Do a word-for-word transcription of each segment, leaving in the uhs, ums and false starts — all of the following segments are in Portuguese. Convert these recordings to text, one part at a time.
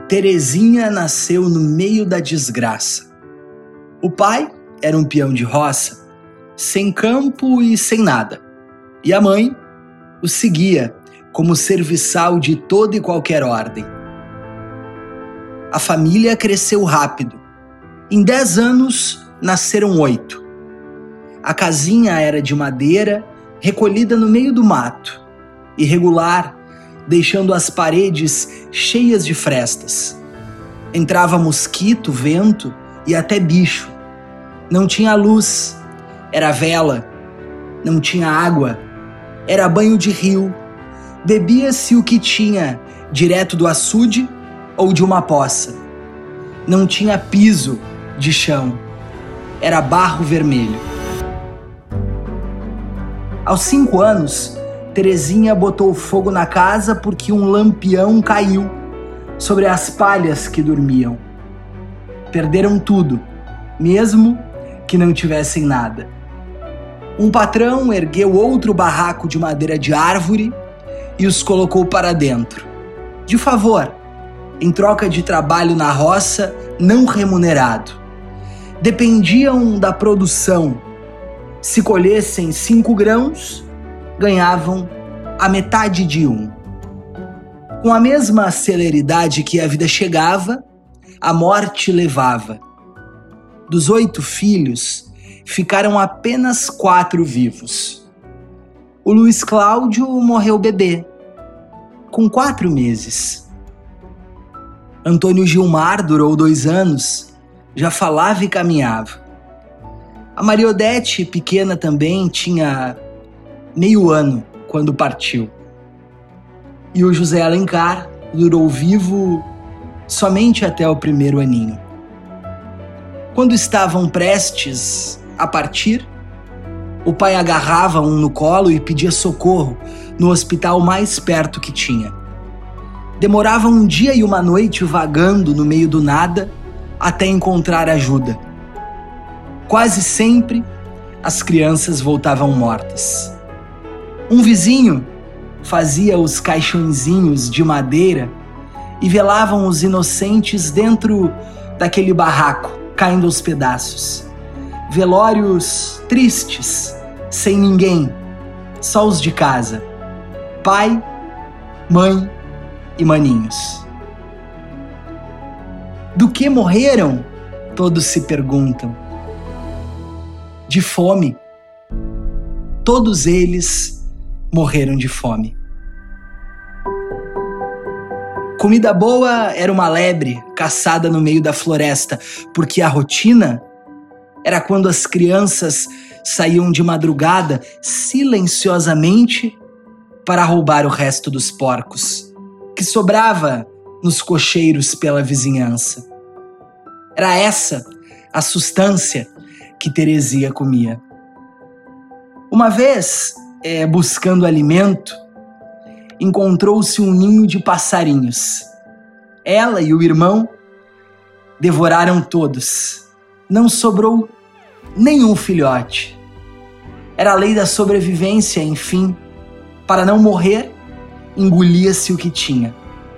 Terezinha nasceu no meio da desgraça. O pai era um peão de roça, sem campo e sem nada. E a mãe o seguia como serviçal de toda e qualquer ordem. A família cresceu rápido. Em dez anos, nasceram oito. A casinha era de madeira, recolhida no meio do mato, irregular, deixando as paredes cheias de frestas. Entrava mosquito, vento e até bicho. Não tinha luz, era vela. Não tinha água, era banho de rio. Bebia-se o que tinha, direto do açude ou de uma poça. Não tinha piso de chão, era barro vermelho. Aos cinco anos, Terezinha botou fogo na casa porque um lampião caiu sobre as palhas que dormiam. Perderam tudo, mesmo que não tivessem nada. Um patrão ergueu outro barraco de madeira de árvore e os colocou para dentro, de favor, em troca de trabalho na roça não remunerado. Dependiam da produção. Se colhessem cinco grãos, ganhavam a metade de um. Com a mesma celeridade que a vida chegava, a morte levava. Dos oito filhos, ficaram apenas quatro vivos. O Luiz Cláudio morreu bebê, com quatro meses. Antônio Gilmar durou dois anos, já falava e caminhava. A Maria Odete, pequena também, tinha meio ano quando partiu. E o José Alencar durou vivo somente até o primeiro aninho. Quando estavam prestes a partir, o pai agarrava um no colo e pedia socorro no hospital mais perto que tinha. Demorava um dia e uma noite vagando no meio do nada até encontrar ajuda. Quase sempre, as crianças voltavam mortas. Um vizinho fazia os caixõezinhos de madeira e velavam os inocentes dentro daquele barraco, caindo aos pedaços. Velórios tristes, sem ninguém, só os de casa. Pai, mãe e maninhos. Do que morreram? Todos se perguntam. De fome. Todos eles morreram de fome. Comida boa era uma lebre caçada no meio da floresta, porque a rotina era quando as crianças saíam de madrugada silenciosamente para roubar o resto dos porcos, que sobrava nos cocheiros pela vizinhança. Era essa a sustância que Terezinha comia. Uma vez, é, buscando alimento, encontrou-se um ninho de passarinhos. Ela e o irmão devoraram todos. Não sobrou nenhum filhote. Era a lei da sobrevivência, enfim. Para não morrer, engolia-se o que tinha.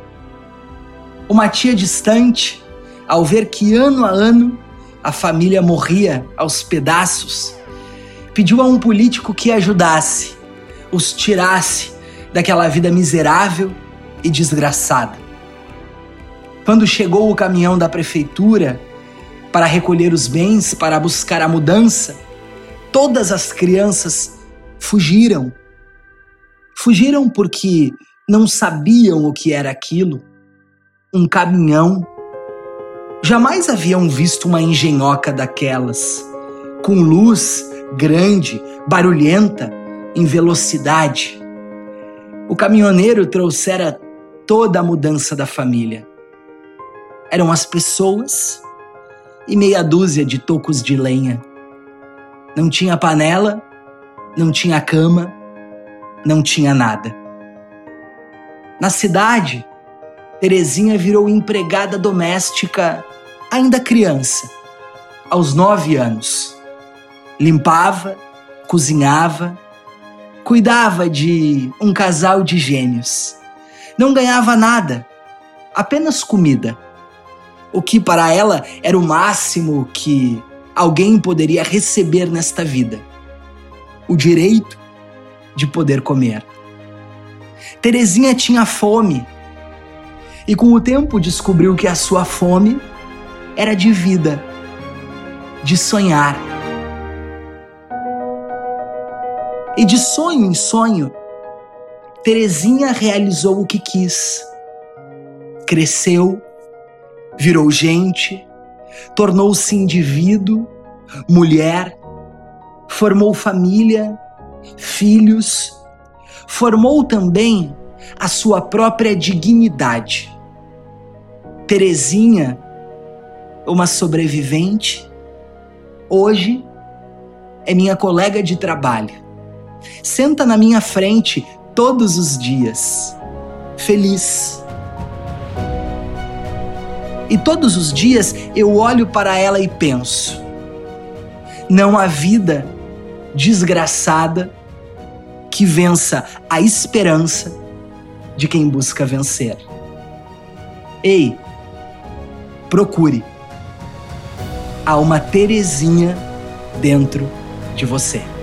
Uma tia distante, ao ver que ano a ano a família morria aos pedaços, pediu a um político que ajudasse, os tirasse daquela vida miserável e desgraçada. Quando chegou o caminhão da prefeitura para recolher os bens, para buscar a mudança, todas as crianças fugiram. Fugiram porque não sabiam o que era aquilo. Um caminhão. Jamais haviam visto uma engenhoca daquelas, com luz grande, barulhenta, em velocidade. O caminhoneiro trouxera toda a mudança da família. Eram as pessoas e meia dúzia de tocos de lenha. Não tinha panela, não tinha cama, não tinha nada. Na cidade, Terezinha virou empregada doméstica ainda criança, aos nove anos. Limpava, cozinhava, cuidava de um casal de gênios. Não ganhava nada, apenas comida, o que para ela era o máximo que alguém poderia receber nesta vida: o direito de poder comer. Terezinha tinha fome e com o tempo descobriu que a sua fome era de vida, de sonhar. E de sonho em sonho, Terezinha realizou o que quis. Cresceu, virou gente, tornou-se indivíduo, mulher, formou família, filhos, formou também a sua própria dignidade. Terezinha, uma sobrevivente, hoje é minha colega de trabalho. Senta na minha frente todos os dias, feliz. E todos os dias eu olho para ela e penso: não há vida desgraçada que vença a esperança de quem busca vencer. Ei, procure. Há uma Terezinha dentro de você.